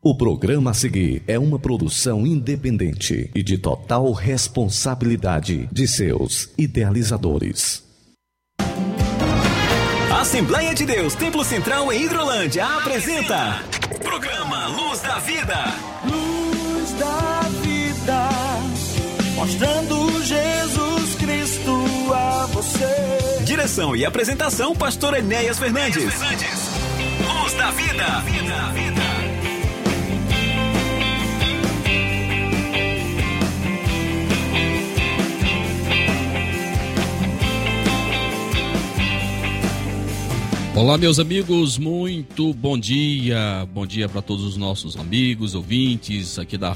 O programa a seguir é uma produção independente e de total responsabilidade de seus idealizadores. Assembleia de Deus, Templo Central em Hidrolândia apresenta Programa Luz da Vida. Luz da Vida, mostrando Jesus Cristo a você. Direção e apresentação, Pastor Enéas Fernandes. Luz da Vida. Olá, meus amigos, muito bom dia. Bom dia para todos os nossos amigos, ouvintes aqui da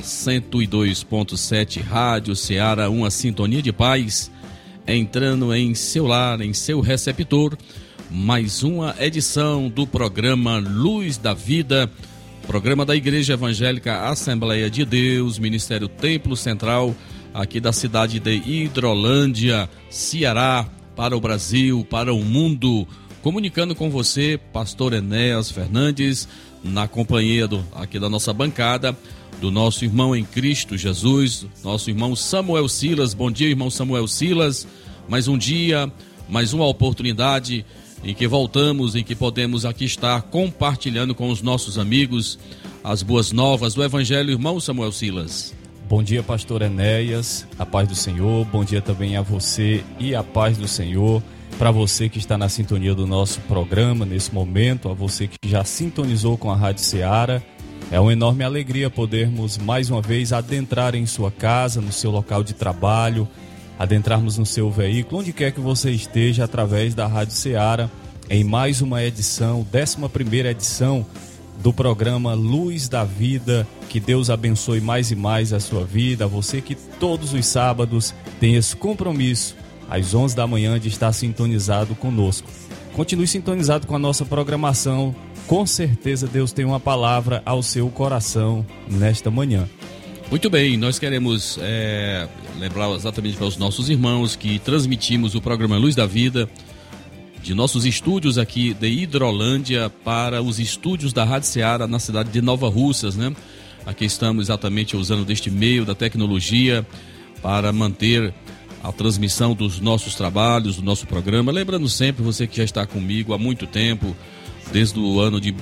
102.7 Rádio Ceará, uma sintonia de paz, entrando em seu lar, em seu receptor, mais uma edição do programa Luz da Vida, programa da Igreja Evangélica Assembleia de Deus, Ministério Templo Central, aqui da cidade de Hidrolândia, Ceará, para o Brasil, para o mundo. Comunicando com você, Pastor Enéas Fernandes, na companhia aqui da nossa bancada, do nosso irmão em Cristo Jesus, nosso irmão Samuel Silas. Bom dia, irmão Samuel Silas. Mais um dia, mais uma oportunidade em que voltamos, em que podemos aqui estar compartilhando com os nossos amigos as boas novas do Evangelho. Irmão Samuel Silas. Bom dia, Pastor Enéas, a paz do Senhor. Bom dia também a você e a paz do Senhor. Para você que está na sintonia do nosso programa nesse momento, a você que já sintonizou com a Rádio Ceará, é uma enorme alegria podermos mais uma vez adentrar em sua casa, no seu local de trabalho, adentrarmos no seu veículo, onde quer que você esteja, através da Rádio Ceará, em mais uma edição, 11ª edição do programa Luz da Vida. Que Deus abençoe mais e mais a sua vida, a você que todos os sábados tem esse compromisso às 11 da manhã de estar sintonizado conosco. Continue sintonizado com a nossa programação. Com certeza Deus tem uma palavra ao seu coração nesta manhã. Muito bem, nós queremos lembrar exatamente para os nossos irmãos que transmitimos o programa Luz da Vida de nossos estúdios aqui de Hidrolândia para os estúdios da Rádio Ceará na cidade de Nova Russas, né? Aqui estamos exatamente usando deste meio da tecnologia para manter a transmissão dos nossos trabalhos, do nosso programa. Lembrando sempre, você que já está comigo há muito tempo, desde o ano de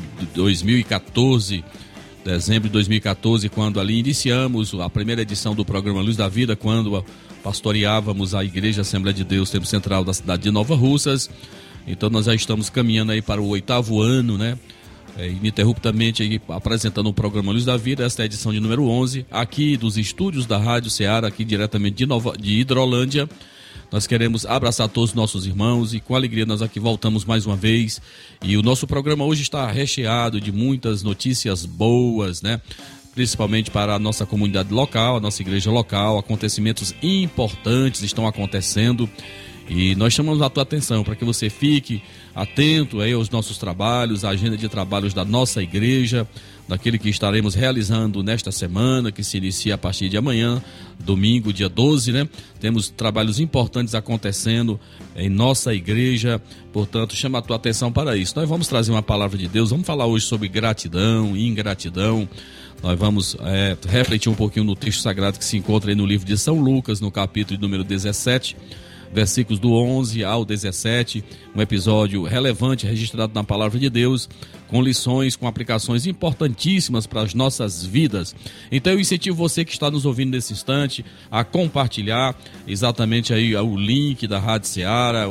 2014, dezembro de 2014, quando ali iniciamos a primeira edição do programa Luz da Vida, quando pastoreávamos a Igreja Assembleia de Deus, Templo Central da cidade de Nova Russas. Então nós já estamos caminhando aí para o 8º ano, né? Ininterruptamente aí, apresentando o programa Luz da Vida. Esta é a edição de número 11, aqui dos estúdios da Rádio Ceará, aqui diretamente de Hidrolândia. Nós queremos abraçar todos os nossos irmãos e com alegria nós aqui voltamos mais uma vez. E o nosso programa hoje está recheado de muitas notícias boas, né? Principalmente para a nossa comunidade local, a nossa igreja local. Acontecimentos importantes estão acontecendo. E nós chamamos a tua atenção para que você fique atento aí aos nossos trabalhos, à agenda de trabalhos da nossa igreja, daquele que estaremos realizando nesta semana, que se inicia a partir de amanhã, domingo, dia 12, né? Temos trabalhos importantes acontecendo em nossa igreja, portanto, chama a tua atenção para isso. Nós vamos trazer uma palavra de Deus, vamos falar hoje sobre gratidão e ingratidão. Nós vamos refletir um pouquinho no texto sagrado que se encontra aí no livro de São Lucas, no capítulo número 17, versículos do 11 ao 17, um episódio relevante registrado na Palavra de Deus, com lições, com aplicações importantíssimas para as nossas vidas. Então eu incentivo você que está nos ouvindo nesse instante a compartilhar exatamente aí o link da Rádio Ceará,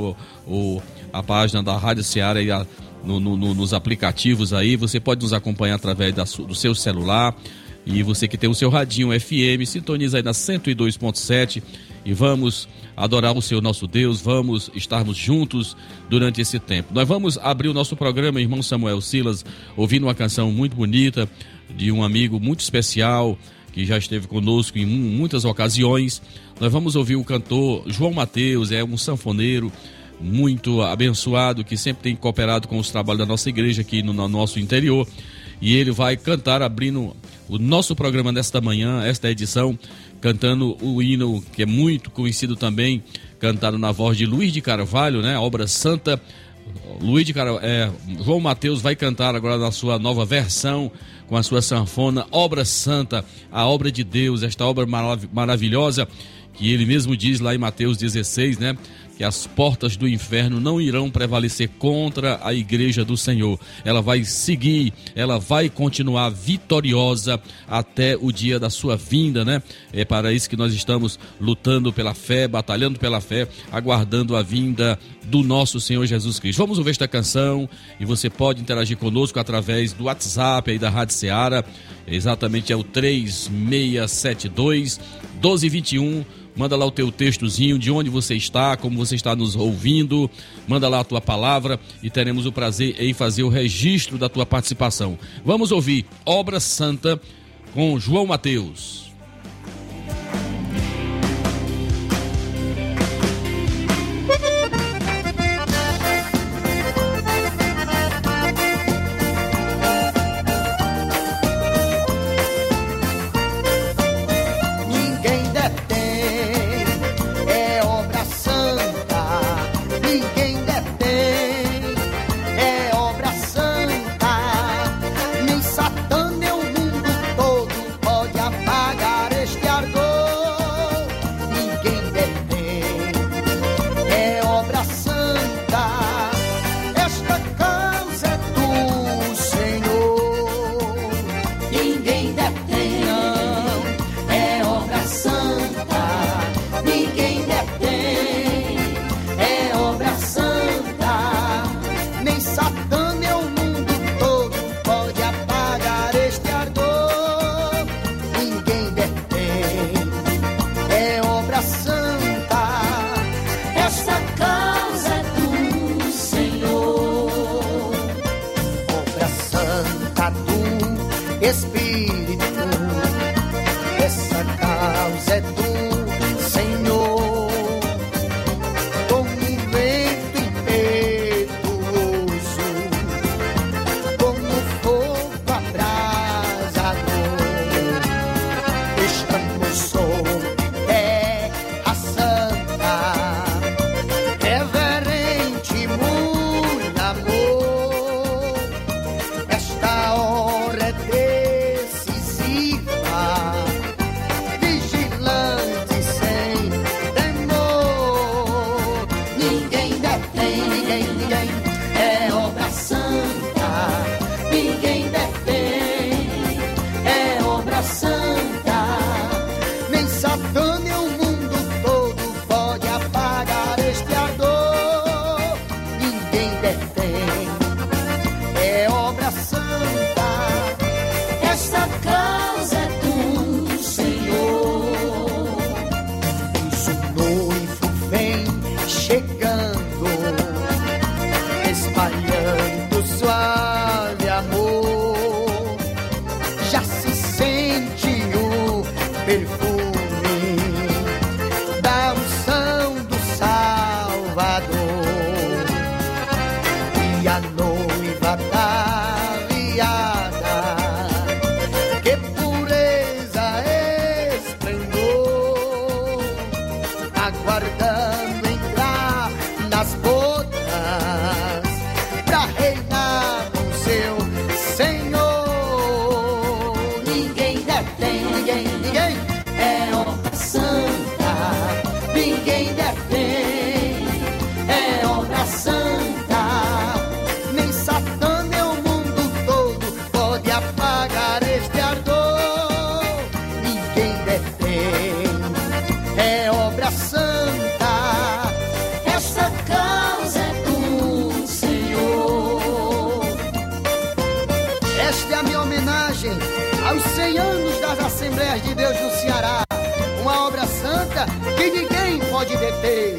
a página da Rádio Ceará aí, nos aplicativos aí. Você pode nos acompanhar através do seu celular, e você que tem o seu radinho FM, sintoniza aí na 102.7 e vamos adorar o Senhor nosso Deus, vamos estarmos juntos durante esse tempo. Nós vamos abrir o nosso programa, irmão Samuel Silas, ouvindo uma canção muito bonita de um amigo muito especial que já esteve conosco em muitas ocasiões. Nós vamos ouvir o cantor João Mateus, é um sanfoneiro muito abençoado que sempre tem cooperado com os trabalhos da nossa igreja aqui no nosso interior, e ele vai cantar abrindo o nosso programa desta manhã, esta edição, cantando o hino que é muito conhecido também, cantado na voz de Luiz de Carvalho, né? A obra santa João Mateus vai cantar agora na sua nova versão, com a sua sanfona, Obra Santa, a obra de Deus, esta obra maravilhosa, que ele mesmo diz lá em Mateus 16, né? Que as portas do inferno não irão prevalecer contra a igreja do Senhor. Ela vai seguir, ela vai continuar vitoriosa até o dia da sua vinda, né? É para isso que nós estamos lutando pela fé, batalhando pela fé, aguardando a vinda do nosso Senhor Jesus Cristo. Vamos ouvir esta canção e você pode interagir conosco através do WhatsApp aí da Rádio Ceará. Exatamente, é o 3672 1221. Manda lá o teu textozinho, de onde você está, como você está nos ouvindo. Manda lá a tua palavra e teremos o prazer em fazer o registro da tua participação. Vamos ouvir Obra Santa com João Mateus. Aos 100 anos das Assembleias de Deus no Ceará, uma obra santa que ninguém pode deter.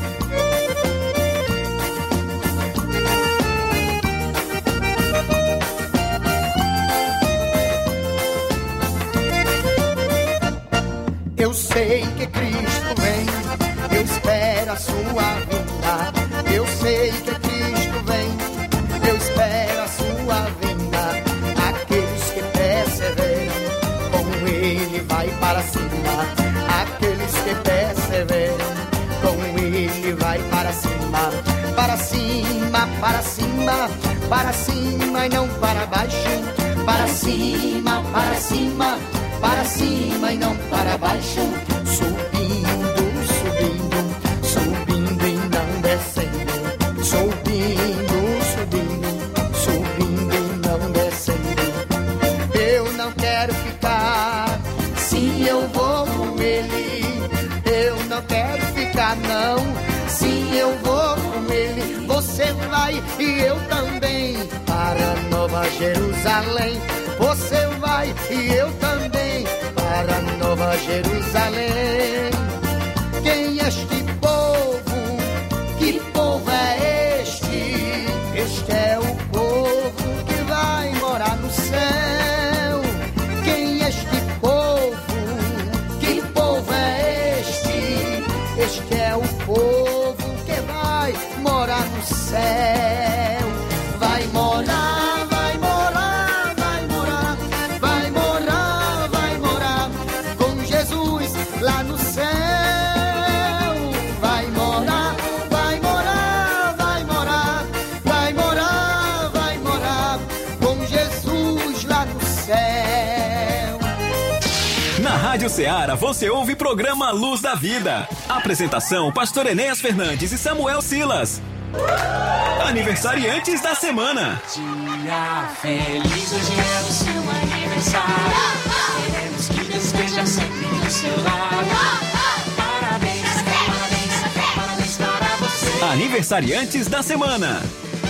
Eu sei que Cristo vem, eu espero a sua vinda. Eu sei que Cristo vem, eu espero a sua vinda. Aqueles que perseveram, com Ele vai para cima. Aqueles que perseveram, com Ele vai para cima. para cima, para cima, para cima e não para baixo. Para cima, para cima, para cima e não para baixo. Subindo, subindo, subindo e não descendo. Subindo, subindo, subindo e não descendo. Eu não quero ficar, sim, eu vou com ele. Eu não quero ficar, não, sim, eu vou com ele. Você vai e eu também para Nova Jerusalém. Você vai e eu também para Nova Jerusalém. Quem é este povo? Que povo é este? Este é o povo que vai morar no céu. Quem é este povo? Que povo é este? Este é o povo que vai morar no céu. Vai morar, vai morar, vai morar, vai morar, vai morar com Jesus lá no céu. Vai morar, vai morar, vai morar, vai morar, vai morar com Jesus lá no céu. Na Rádio Ceará você ouve programa Luz da Vida. Apresentação: Pastor Enéas Fernandes e Samuel Silas. Aniversariantes da semana. Dia feliz, hoje é o seu aniversário. Queremos que Deus esteja sempre do seu lado. Parabéns, parabéns, parabéns para você. Aniversariantes da semana.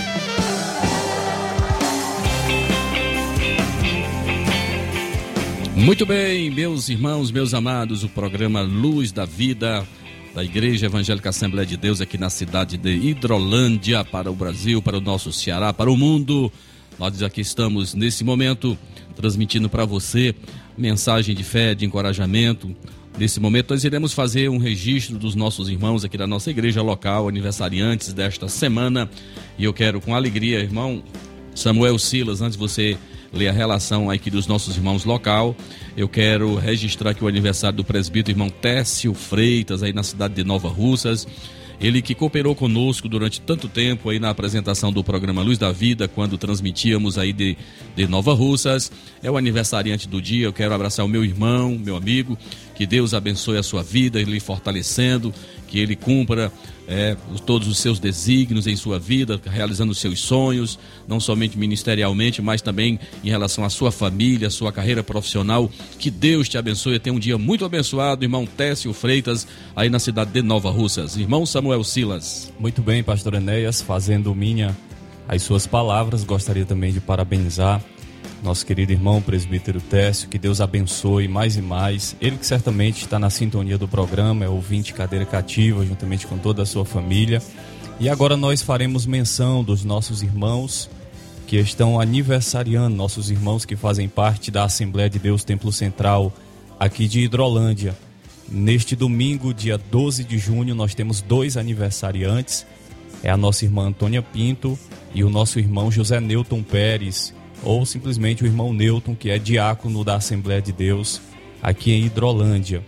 Muito bem, meus irmãos, meus amados, o programa Luz da Vida da Igreja Evangélica Assembleia de Deus aqui na cidade de Hidrolândia, para o Brasil, para o nosso Ceará, para o mundo. Nós aqui estamos nesse momento transmitindo para você mensagem de fé, de encorajamento. Nesse momento nós iremos fazer um registro dos nossos irmãos aqui da nossa igreja local, aniversariantes desta semana. E eu quero com alegria, irmão Samuel Silas, antes de você ler a relação aqui dos nossos irmãos local, eu quero registrar aqui o aniversário do presbítero irmão Técio Freitas, aí na cidade de Nova Russas. Ele que cooperou conosco durante tanto tempo aí na apresentação do programa Luz da Vida, quando transmitíamos aí de Nova Russas. É o aniversariante do dia. Eu quero abraçar o meu irmão, meu amigo, que Deus abençoe a sua vida, ele fortalecendo, que ele cumpra todos os seus desígnios em sua vida, realizando os seus sonhos, não somente ministerialmente, mas também em relação à sua família, à sua carreira profissional. Que Deus te abençoe. Tenha um dia muito abençoado, irmão Técio Freitas, aí na cidade de Nova Russas. Irmão Samuel Silas. Muito bem, pastor Enéas, fazendo minha as suas palavras, gostaria também de parabenizar nosso querido irmão presbítero Técio, que Deus abençoe mais e mais. Ele que certamente está na sintonia do programa, é ouvinte cadeira cativa, juntamente com toda a sua família. E agora nós faremos menção dos nossos irmãos que estão aniversariando, nossos irmãos que fazem parte da Assembleia de Deus Templo Central aqui de Hidrolândia. Neste domingo, dia 12 de junho, nós temos 2 aniversariantes. É a nossa irmã Antônia Pinto e o nosso irmão José Newton Pérez, ou simplesmente o irmão Newton, que é diácono da Assembleia de Deus aqui em Hidrolândia.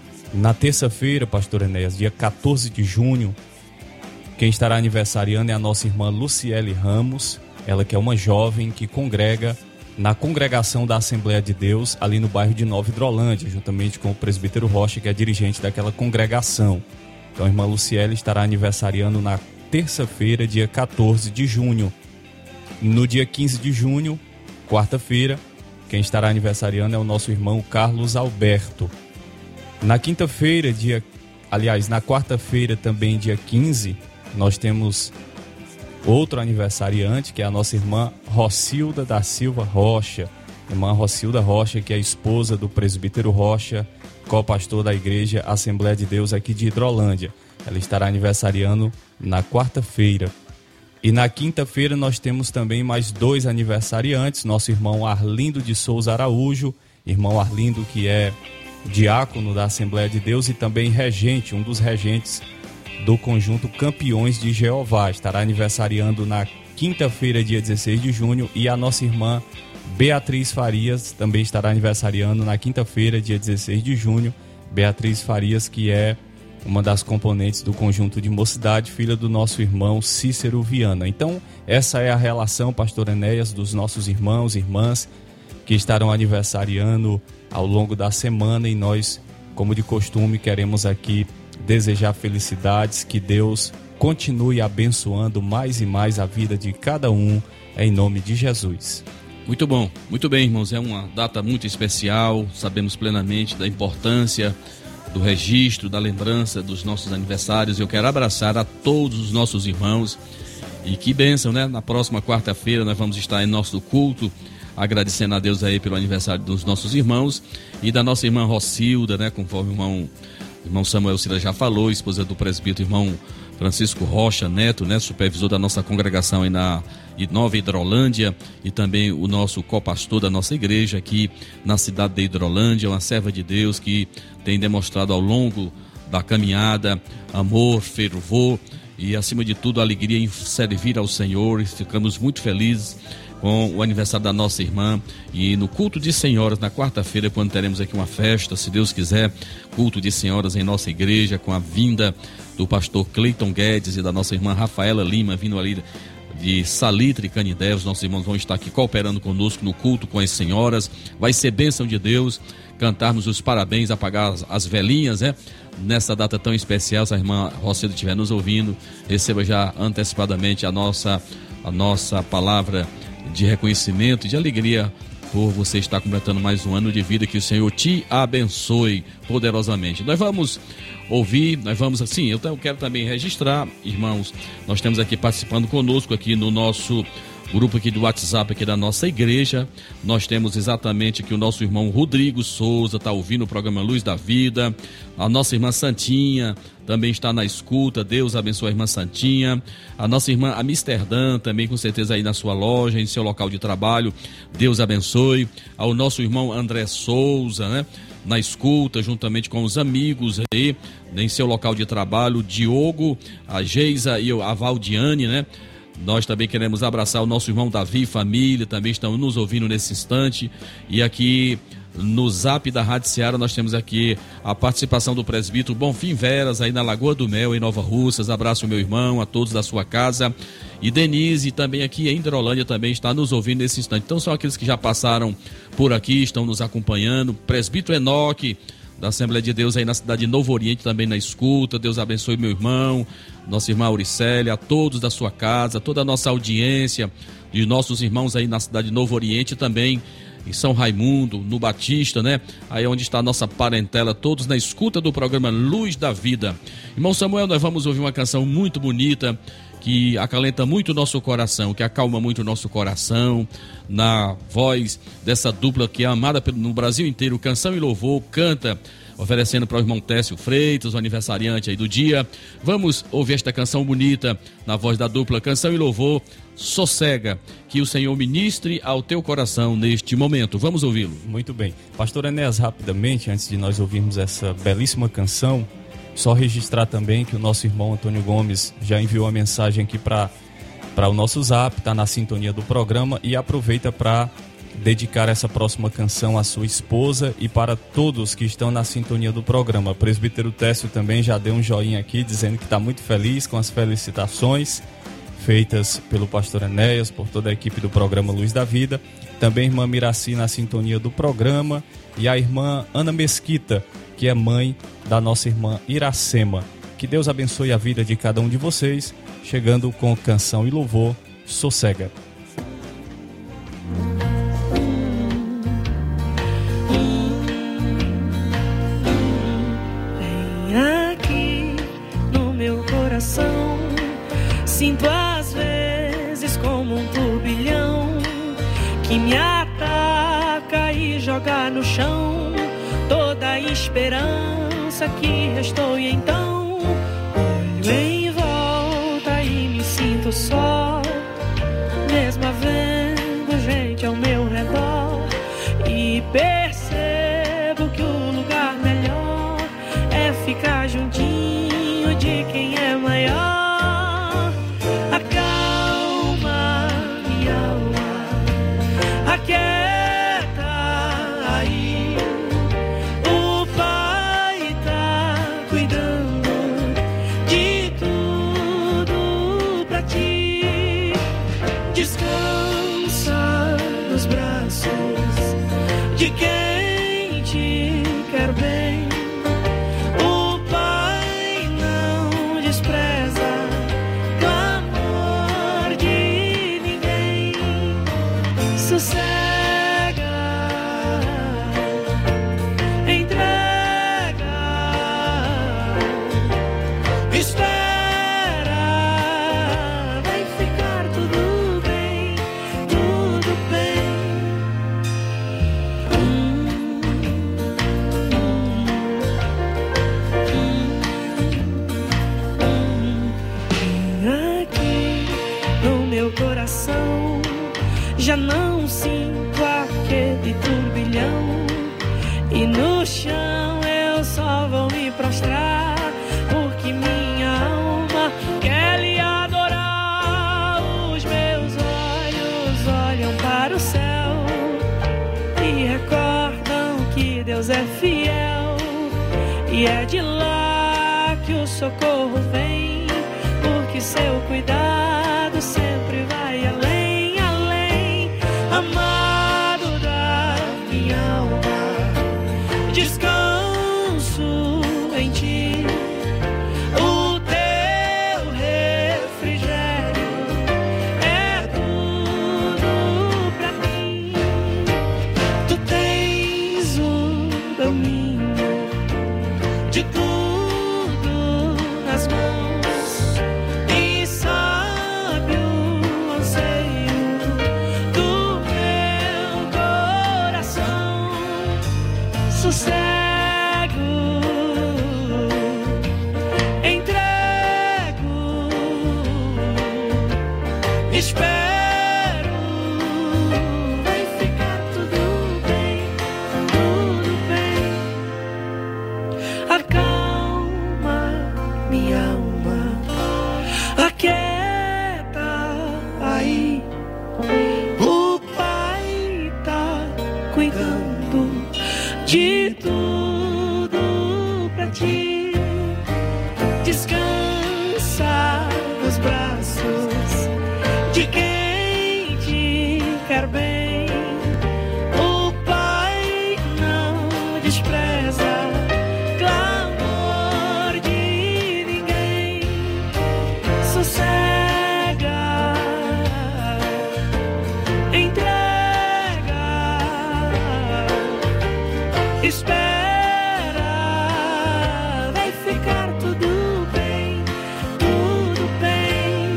Na terça-feira, pastor Enéas, dia 14 de junho, quem estará aniversariando é a nossa irmã Luciele Ramos, ela que é uma jovem que congrega na congregação da Assembleia de Deus ali no bairro de Nova Hidrolândia, juntamente com o presbítero Rocha, que é dirigente daquela congregação. Então a irmã Luciele estará aniversariando na terça-feira, dia 14 de junho. No dia 15 de junho, quarta-feira, quem estará aniversariando é o nosso irmão Carlos Alberto. Na quinta-feira, na quarta-feira também, dia 15, nós temos outro aniversariante, que é a nossa irmã Rocilda da Silva Rocha. Irmã Rocilda Rocha, que é a esposa do presbítero Rocha, co-pastor da Igreja Assembleia de Deus aqui de Hidrolândia. Ela estará aniversariando na quarta-feira. E na quinta-feira nós temos também mais 2 aniversariantes, nosso irmão Arlindo de Souza Araújo, irmão Arlindo que é diácono da Assembleia de Deus e também regente, um dos regentes do conjunto Campeões de Jeová. Estará aniversariando na quinta-feira, dia 16 de junho, e a nossa irmã Beatriz Farias também estará aniversariando na quinta-feira, dia 16 de junho. Beatriz Farias, que é uma das componentes do conjunto de mocidade, filha do nosso irmão Cícero Viana. Então, essa é a relação, pastor Enéas, dos nossos irmãos e irmãs que estarão aniversariando ao longo da semana, e nós, como de costume, queremos aqui desejar felicidades, que Deus continue abençoando mais e mais a vida de cada um, em nome de Jesus. Muito bom, muito bem, irmãos, é uma data muito especial, sabemos plenamente da importância do registro, da lembrança dos nossos aniversários. Eu quero abraçar a todos os nossos irmãos, e que bênção, né? Na próxima quarta-feira nós vamos estar em nosso culto, agradecendo a Deus aí pelo aniversário dos nossos irmãos e da nossa irmã Rocilda, né? Conforme o irmão Samuel Cira já falou, esposa do presbítero irmão Francisco Rocha Neto, né? Supervisor da nossa congregação aí na Nova Hidrolândia, e também o nosso copastor da nossa igreja aqui na cidade de Hidrolândia, uma serva de Deus que tem demonstrado ao longo da caminhada amor, fervor e, acima de tudo, alegria em servir ao Senhor. E ficamos muito felizes com o aniversário da nossa irmã, e no culto de senhoras na quarta-feira, quando teremos aqui uma festa, se Deus quiser, culto de senhoras em nossa igreja, com a vinda do pastor Cleiton Guedes e da nossa irmã Rafaela Lima, vindo ali de Salitre e Canindé. Os nossos irmãos vão estar aqui cooperando conosco no culto com as senhoras. Vai ser bênção de Deus cantarmos os parabéns, apagar as velhinhas, né? Nessa data tão especial. Se a irmã Rocilda estiver nos ouvindo, receba já antecipadamente a nossa palavra de reconhecimento e de alegria por você estar completando mais um ano de vida. Que o Senhor te abençoe poderosamente. Nós vamos ouvir, eu quero também registrar, irmãos, nós temos aqui participando conosco aqui no nosso grupo aqui do WhatsApp aqui da nossa igreja. Nós temos exatamente aqui o nosso irmão Rodrigo Souza, está ouvindo o programa Luz da Vida. A nossa irmã Santinha também está na escuta. Deus abençoe a irmã Santinha. A nossa irmã Amsterdã também, com certeza, aí na sua loja, em seu local de trabalho. Deus abençoe. Ao nosso irmão André Souza, né? Na escuta, juntamente com os amigos aí, em seu local de trabalho. Diogo, a Geisa e a Valdiane, né? Nós também queremos abraçar o nosso irmão Davi e família, também estão nos ouvindo nesse instante. E aqui no Zap da Rádio Ceará nós temos aqui a participação do presbítero Bonfim Veras, aí na Lagoa do Mel, em Nova Russas. Abraço, meu irmão, a todos da sua casa. E Denise, também aqui em Hidrolândia, também está nos ouvindo nesse instante. Então são aqueles que já passaram por aqui, estão nos acompanhando. Presbítero Enoque, da Assembleia de Deus aí na cidade de Novo Oriente, também na escuta. Deus abençoe meu irmão, nossa irmã Auricélia, a todos da sua casa, toda a nossa audiência, de nossos irmãos aí na cidade de Novo Oriente, também em São Raimundo, no Batista, né? Aí onde está a nossa parentela, todos na escuta do programa Luz da Vida. Irmão Samuel, nós vamos ouvir uma canção muito bonita, que acalenta muito o nosso coração, que acalma muito o nosso coração, na voz dessa dupla que é amada no Brasil inteiro, Canção e Louvor, canta, oferecendo para o irmão Técio Freitas, o aniversariante aí do dia. Vamos ouvir esta canção bonita, na voz da dupla Canção e Louvor, Sossega, que o Senhor ministre ao teu coração neste momento. Vamos ouvi-lo. Muito bem. Pastor Enéas, rapidamente, antes de nós ouvirmos essa belíssima canção, só registrar também que o nosso irmão Antônio Gomes já enviou a mensagem aqui para o nosso Zap, está na sintonia do programa, e aproveita para dedicar essa próxima canção à sua esposa e para todos que estão na sintonia do programa. O presbítero Técio também já deu um joinha aqui, dizendo que está muito feliz com as felicitações feitas pelo pastor Enéas, por toda a equipe do programa Luz da Vida. Também a irmã Miraci na sintonia do programa, e a irmã Ana Mesquita, que é mãe da nossa irmã Iracema. Que Deus abençoe a vida de cada um de vocês, chegando com Canção e Louvor, Sossega. Vem aqui no meu coração, sinto às vezes como um turbilhão que me ataca e joga no chão toda a esperança que restou. E então olho em volta e me sinto só, mesmo havendo gente ao meu redor, e percebo que o lugar melhor é ficar juntinho de quem é maior. Acalma minha alma, aquieta aí, o Pai tá cuidando te quer bem. O Pai não despreza o amor de ninguém. Sossega, entrega, espera, vai ficar tudo bem, tudo bem. Aqui no meu coração já não sinto aquele turbilhão, e no chão eu só vou me prostrar, porque minha alma quer lhe adorar. Os meus olhos olham para o céu e recordam que Deus é fiel, e é de lá que o socorro vem, porque seu cuidado sempre vai além, além. Amado da minha alma, descanso em ti, o teu refrigério é tudo pra mim. Tu tens o domínio de tudo nas mãos, e sabe o anseio do meu coração. Sossego, entrego, espero, vai ficar tudo bem, tudo bem. Acalma minha alma, aquieta aí. O Pai tá cuidando de tudo pra ti. Descansa nos braços de quem te quer bem. O Pai não despreza clamor de ninguém. Sossega, entrega, espera, vai ficar tudo bem, tudo bem.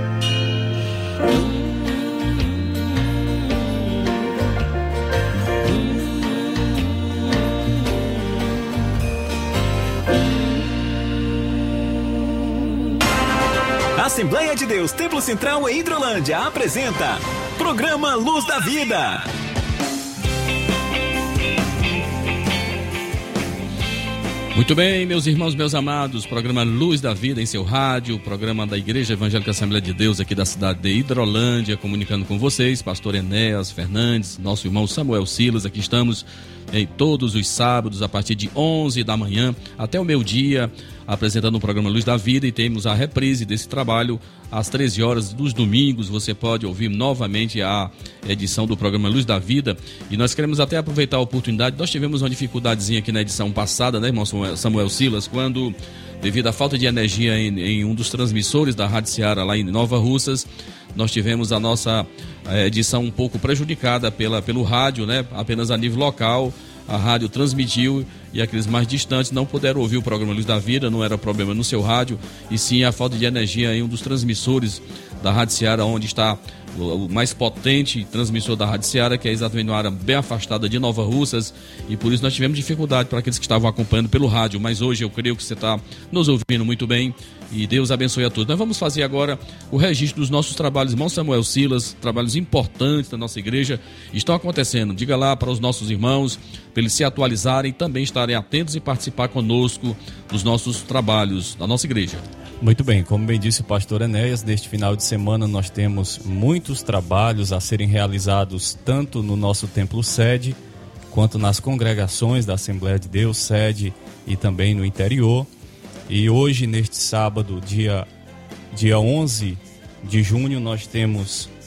Assembleia de Deus Templo Central em Hidrolândia apresenta Programa Luz da Vida. Muito bem, meus irmãos, meus amados, programa Luz da Vida em seu rádio, programa da Igreja Evangélica Assembleia de Deus aqui da cidade de Hidrolândia, comunicando com vocês, pastor Enéas Fernandes, nosso irmão Samuel Silas. Aqui estamos em todos os sábados a partir de 11 da manhã até o meio-dia, apresentando o programa Luz da Vida, e temos a reprise desse trabalho às 13 horas dos domingos. Você pode ouvir novamente a edição do programa Luz da Vida, e nós queremos até aproveitar a oportunidade. Nós tivemos uma dificuldadezinha aqui na edição passada, né, irmão Samuel Silas, quando, devido à falta de energia em um dos transmissores da Rádio Ceará lá em Nova Russas, nós tivemos a nossa edição um pouco prejudicada pelo rádio, né, apenas a nível local. A rádio transmitiu e aqueles mais distantes não puderam ouvir o programa Luz da Vida. Não era problema no seu rádio, e sim a falta de energia em um dos transmissores da Rádio Ceará, onde está o mais potente transmissor da Rádio Ceará, que é exatamente uma área bem afastada de Nova Russas, e por isso nós tivemos dificuldade para aqueles que estavam acompanhando pelo rádio. Mas hoje eu creio que você está nos ouvindo muito bem, e Deus abençoe a todos. Nós vamos fazer agora o registro dos nossos trabalhos, irmão Samuel Silas. Trabalhos importantes da nossa igreja estão acontecendo. Diga lá para os nossos irmãos, para eles se atualizarem e também estarem atentos e participar conosco dos nossos trabalhos da nossa igreja. Muito bem, como bem disse o pastor Enéas, neste final de semana nós temos muitos trabalhos a serem realizados tanto no nosso templo sede, quanto nas congregações da Assembleia de Deus sede e também no interior. E hoje, neste sábado, dia 11 de junho, nós temos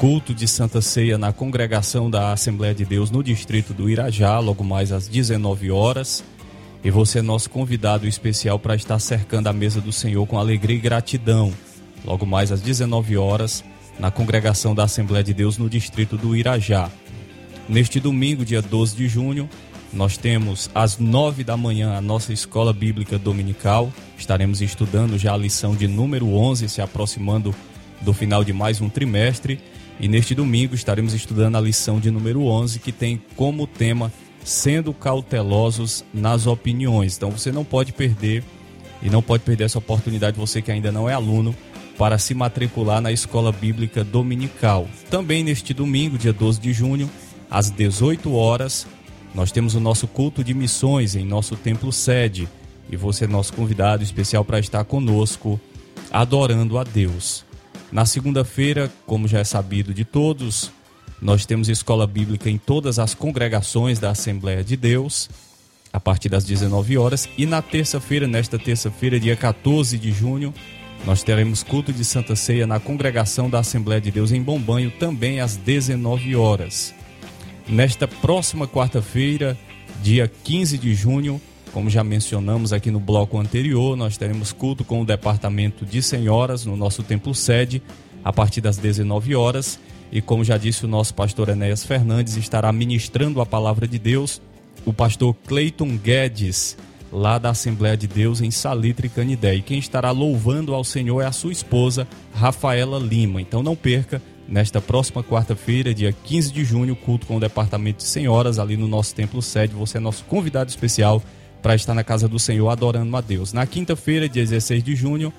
culto de Santa Ceia na congregação da Assembleia de Deus no distrito do Irajá, logo mais às 19 horas. E você é nosso convidado especial para estar cercando a mesa do Senhor com alegria e gratidão, logo mais às 19 horas, na congregação da Assembleia de Deus no distrito do Irajá. Neste domingo, dia 12 de junho, nós temos às 9 da manhã a nossa escola bíblica dominical. Estaremos estudando já a lição de número 11, se aproximando do final de mais um trimestre. E neste domingo estaremos estudando a lição de número 11, que tem como tema sendo cautelosos nas opiniões. Então você não pode perder, e não pode perder essa oportunidade, você que ainda não é aluno, para se matricular na escola bíblica dominical. Também neste domingo, dia 12 de junho, às 18 horas, nós temos o nosso culto de missões em nosso templo sede. E você é nosso convidado especial para estar conosco, adorando a Deus. Na segunda-feira, como já é sabido de todos, nós temos escola bíblica em todas as congregações da Assembleia de Deus, a partir das 19 horas. E na terça-feira, nesta terça-feira, dia 14 de junho, nós teremos culto de Santa Ceia na congregação da Assembleia de Deus em Bombanho, também às 19 horas. Nesta próxima quarta-feira, dia 15 de junho, como já mencionamos aqui no bloco anterior, nós teremos culto com o departamento de senhoras no nosso templo sede, a partir das 19 horas. E como já disse o nosso pastor Enéas Fernandes, estará ministrando a palavra de Deus o pastor Cleiton Guedes, lá da Assembleia de Deus em Salitre, Canidé. E quem estará louvando ao Senhor é a sua esposa, Rafaela Lima. Então não perca, nesta próxima quarta-feira, dia 15 de junho, culto com o departamento de senhoras ali no nosso templo sede. Você é nosso convidado especial para estar na casa do Senhor adorando a Deus. Na quinta-feira, dia 16 de junho,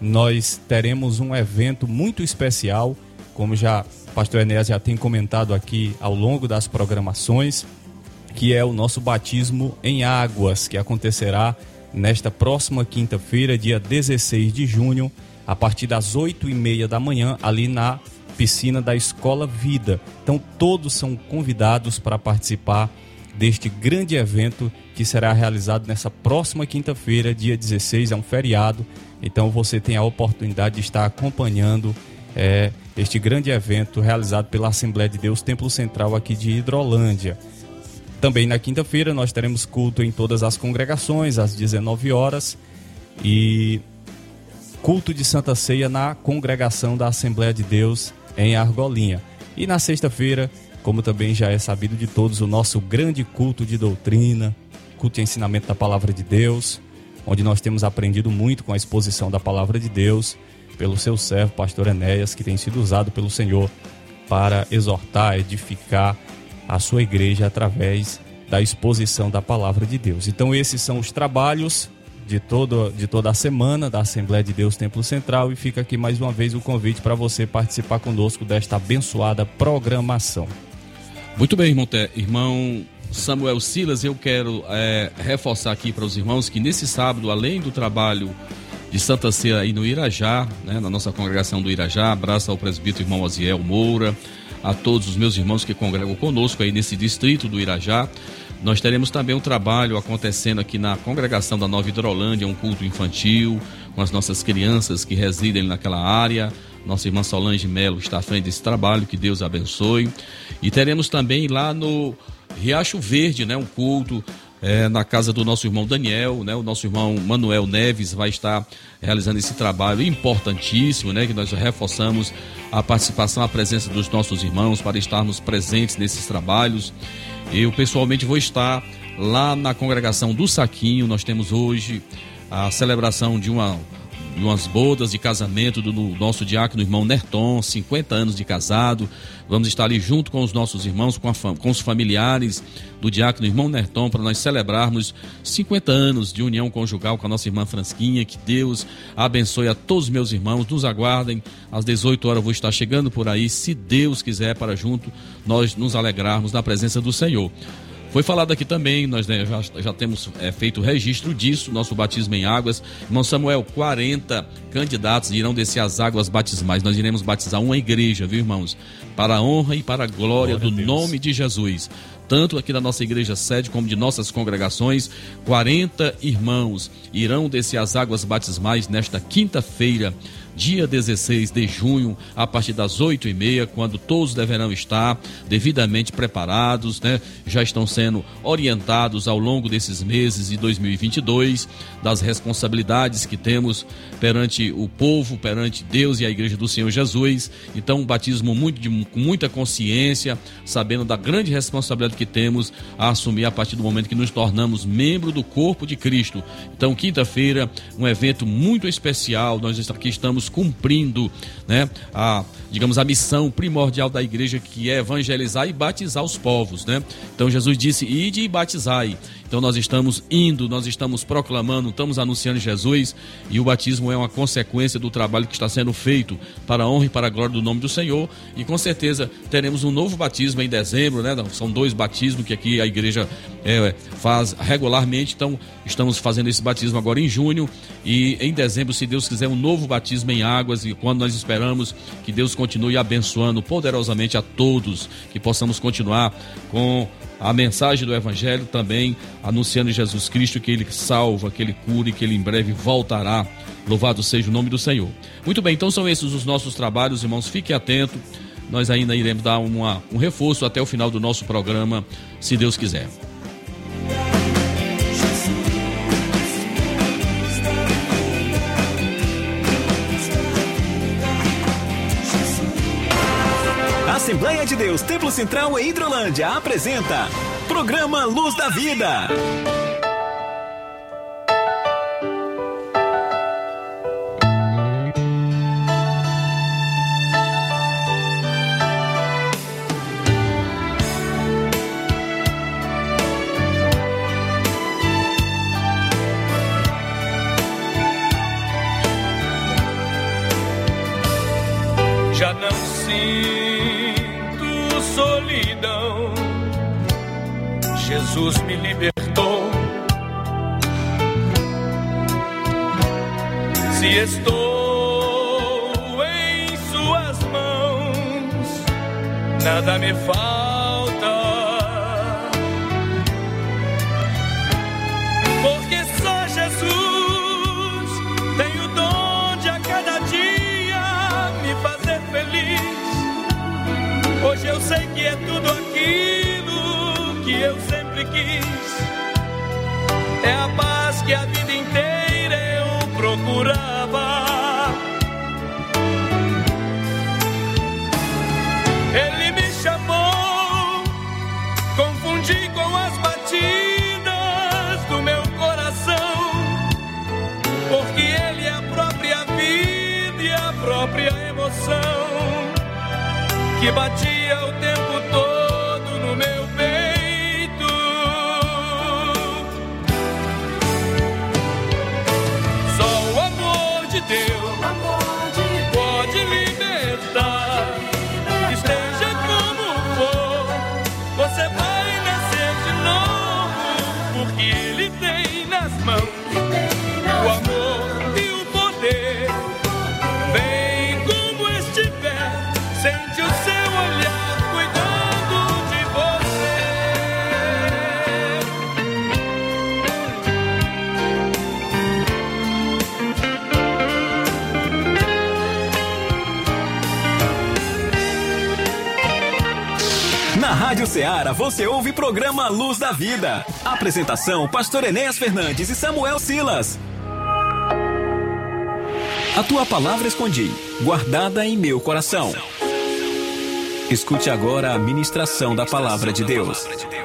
nós teremos um evento muito especial, como já o pastor Enéas já tem comentado aqui ao longo das programações, que é o nosso batismo em águas, que acontecerá nesta próxima quinta-feira, dia 16 de junho, a partir das 8h30 da manhã, ali na piscina da Escola Vida. Então todos são convidados para participar deste grande evento que será realizado nessa próxima quinta-feira, dia 16, é um feriado. Então você tem a oportunidade de estar acompanhando este grande evento realizado pela Assembleia de Deus Templo Central aqui de Hidrolândia. Também na quinta-feira nós teremos culto em todas as congregações às 19 horas e culto de Santa Ceia na congregação da Assembleia de Deus em Argolinha. E na sexta-feira, como também já é sabido de todos, o nosso grande culto de doutrina, culto de ensinamento da Palavra de Deus, onde nós temos aprendido muito com a exposição da Palavra de Deus pelo seu servo, pastor Enéas, que tem sido usado pelo Senhor para exortar, edificar a sua igreja através da exposição da Palavra de Deus. Então esses são os trabalhos de toda a semana da Assembleia de Deus Templo Central, e fica aqui mais uma vez o convite para você participar conosco desta abençoada programação. Muito bem, irmão Samuel Silas, eu quero reforçar aqui para os irmãos que nesse sábado, além do trabalho de Santa Ceia aí no Irajá, né, na nossa congregação do Irajá, abraço ao presbítero irmão Aziel Moura, a todos os meus irmãos que congregam conosco aí nesse distrito do Irajá. Nós teremos também um trabalho acontecendo aqui na congregação da Nova Hidrolândia, um culto infantil com as nossas crianças que residem naquela área. Nossa irmã Solange Melo está à frente desse trabalho, que Deus abençoe. E teremos também lá no Riacho Verde, né, um culto na casa do nosso irmão Daniel, né, o nosso irmão Manuel Neves vai estar realizando esse trabalho importantíssimo, né, que nós reforçamos a participação, a presença dos nossos irmãos para estarmos presentes nesses trabalhos. Eu pessoalmente vou estar lá na congregação do Saquinho. Nós temos hoje a celebração de umas bodas de casamento do nosso diácono irmão Nerton, 50 anos de casado. Vamos estar ali junto com os nossos irmãos, com os familiares do diácono irmão Nerton, para nós celebrarmos 50 anos de união conjugal com a nossa irmã Fransquinha. Que Deus abençoe a todos os meus irmãos. Nos aguardem, às 18 horas eu vou estar chegando por aí, se Deus quiser, para junto nós nos alegrarmos na presença do Senhor. Foi falado aqui também, nós já temos feito registro disso, nosso batismo em águas. Irmão Samuel, 40 candidatos irão descer as águas batismais. Nós iremos batizar uma igreja, viu, irmãos? Para a honra e para a glória do nome de Jesus. Tanto aqui da nossa igreja sede como de nossas congregações, 40 irmãos irão descer as águas batismais nesta quinta-feira, dia 16 de junho, a partir das 8h30, quando todos deverão estar devidamente preparados, né? Já estão sendo orientados ao longo desses meses de 2022, das responsabilidades que temos perante o povo, perante Deus e a Igreja do Senhor Jesus. Então, um batismo com muita consciência, sabendo da grande responsabilidade que temos a assumir a partir do momento que nos tornamos membro do corpo de Cristo. Então, quinta-feira, um evento muito especial. Nós aqui estamos cumprindo, né, a missão primordial da igreja, que é evangelizar e batizar os povos, né? Então Jesus disse: ide e batizai. Então nós estamos indo, nós estamos proclamando, estamos anunciando Jesus, e o batismo é uma consequência do trabalho que está sendo feito para a honra e para a glória do nome do Senhor. E com certeza teremos um novo batismo em dezembro, né? São 2 batismos que aqui a igreja faz regularmente. Então estamos fazendo esse batismo agora em junho, e em dezembro, se Deus quiser, um novo batismo em águas. E quando nós esperamos que Deus continue abençoando poderosamente a todos, que possamos continuar com a mensagem do Evangelho, também anunciando Jesus Cristo, que Ele salva, que Ele cura e que Ele em breve voltará. Louvado seja o nome do Senhor. Muito bem, então são esses os nossos trabalhos, irmãos. Fiquem atentos, nós ainda iremos dar um reforço até o final do nosso programa, se Deus quiser. Assembleia de Deus Templo Central em Hidrolândia apresenta Programa Luz da Vida. Já não sinto solidão, Jesus me libertou. Se estou em suas mãos, nada me falta, porque só Jesus tem o dom de a cada dia me fazer feliz. Hoje eu sei que é tudo aquilo que eu sempre quis. É a paz que a vida inteira eu procurava. Ele me chamou, confundi com as batidas do meu coração, porque Ele é a própria vida e a própria emoção que batia o tempo todo no meu peito. Só o amor de Deus pode libertar. Esteja como for, você vai nascer de novo, porque Ele tem nas mãos o amor e o poder. Vem como estiver, sente o seu olhar cuidando de você. Na Rádio Ceará você ouve programa Luz da Vida. Apresentação: Pastor Enéas Fernandes e Samuel Silas. A tua palavra escondi, guardada em meu coração. Escute agora a ministração da palavra de Deus.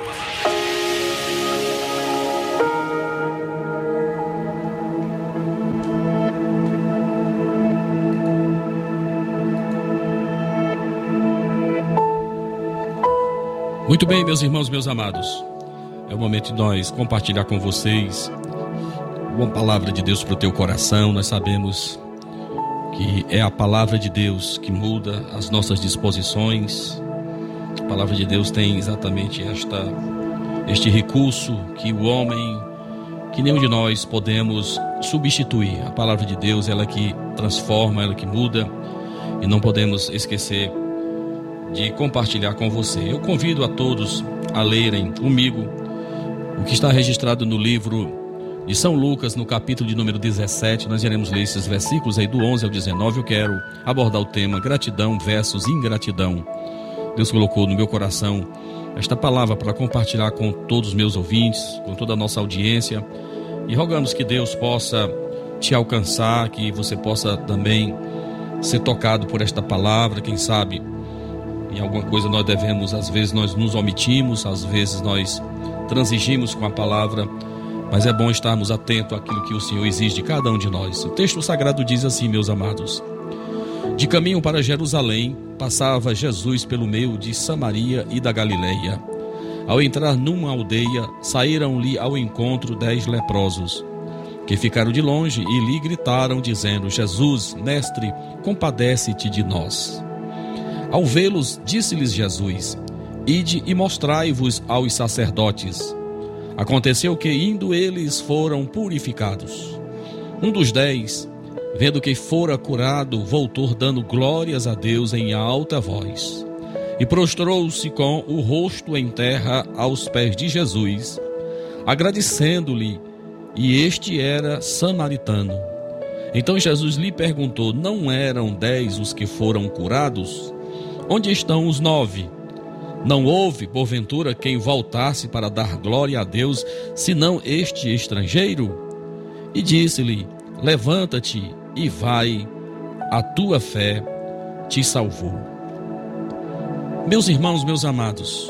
Muito bem, meus irmãos, meus amados, é o momento de nós compartilhar com vocês uma palavra de Deus para o teu coração. Nós sabemos que é a palavra de Deus que muda as nossas disposições. A palavra de Deus tem exatamente este recurso que o homem, que nenhum de nós podemos substituir. A palavra de Deus, ela que transforma, ela que muda, e não podemos esquecer de compartilhar com você. Eu convido a todos a lerem comigo o que está registrado no livro de São Lucas, no capítulo de número 17. Nós iremos ler esses versículos aí do 11 ao 19. Eu quero abordar o tema gratidão versus ingratidão. Deus colocou no meu coração esta palavra para compartilhar com todos os meus ouvintes, com toda a nossa audiência, e rogamos que Deus possa te alcançar, que você possa também ser tocado por esta palavra. Quem sabe em alguma coisa nós devemos, às vezes nós nos omitimos, às vezes nós transigimos com a palavra, mas é bom estarmos atentos àquilo que o Senhor exige de cada um de nós. O texto sagrado diz assim, meus amados: de caminho para Jerusalém, passava Jesus pelo meio de Samaria e da Galileia. Ao entrar numa aldeia, saíram-lhe ao encontro 10 leprosos, que ficaram de longe e lhe gritaram, dizendo: Jesus, mestre, compadece-te de nós. Ao vê-los, disse-lhes Jesus: ide e mostrai-vos aos sacerdotes. Aconteceu que, indo eles, foram purificados. Um dos 10, vendo que fora curado, voltou dando glórias a Deus em alta voz, e prostrou-se com o rosto em terra aos pés de Jesus, agradecendo-lhe, e este era samaritano. Então Jesus lhe perguntou: não eram 10 os que foram curados? Onde estão os 9? Não houve, porventura, quem voltasse para dar glória a Deus, senão este estrangeiro? E disse-lhe: levanta-te e vai, a tua fé te salvou. Meus irmãos, meus amados,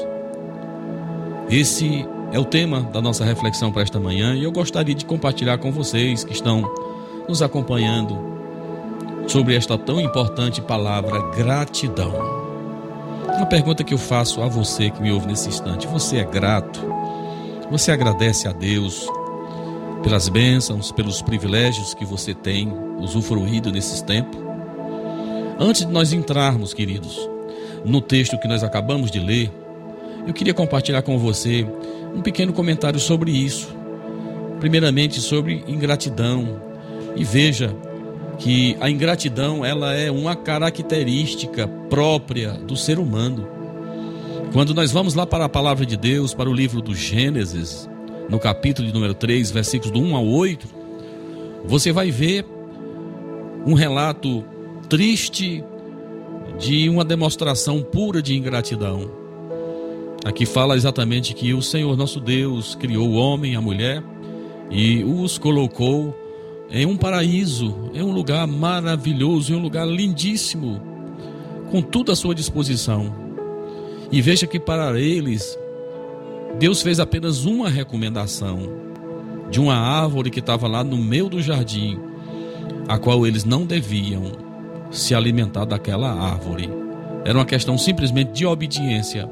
esse é o tema da nossa reflexão para esta manhã, e eu gostaria de compartilhar com vocês que estão nos acompanhando sobre esta tão importante palavra, gratidão. Uma pergunta que eu faço a você que me ouve nesse instante: você é grato? Você agradece a Deus pelas bênçãos, pelos privilégios que você tem usufruído nesses tempos? Antes de nós entrarmos, queridos, no texto que nós acabamos de ler, eu queria compartilhar com você um pequeno comentário sobre isso. Primeiramente, sobre ingratidão. E veja que a ingratidão, ela é uma característica própria do ser humano. Quando nós vamos lá para a palavra de Deus, para o livro do Gênesis, no capítulo de número 3, versículos do 1 ao 8, você vai ver um relato triste de uma demonstração pura de ingratidão. Aqui fala exatamente que o Senhor nosso Deus criou o homem e a mulher e os colocou em um paraíso, em um lugar maravilhoso, em um lugar lindíssimo, com tudo à sua disposição. E veja que para eles, Deus fez apenas uma recomendação de uma árvore que estava lá no meio do jardim, a qual eles não deviam se alimentar daquela árvore. Era uma questão simplesmente de obediência.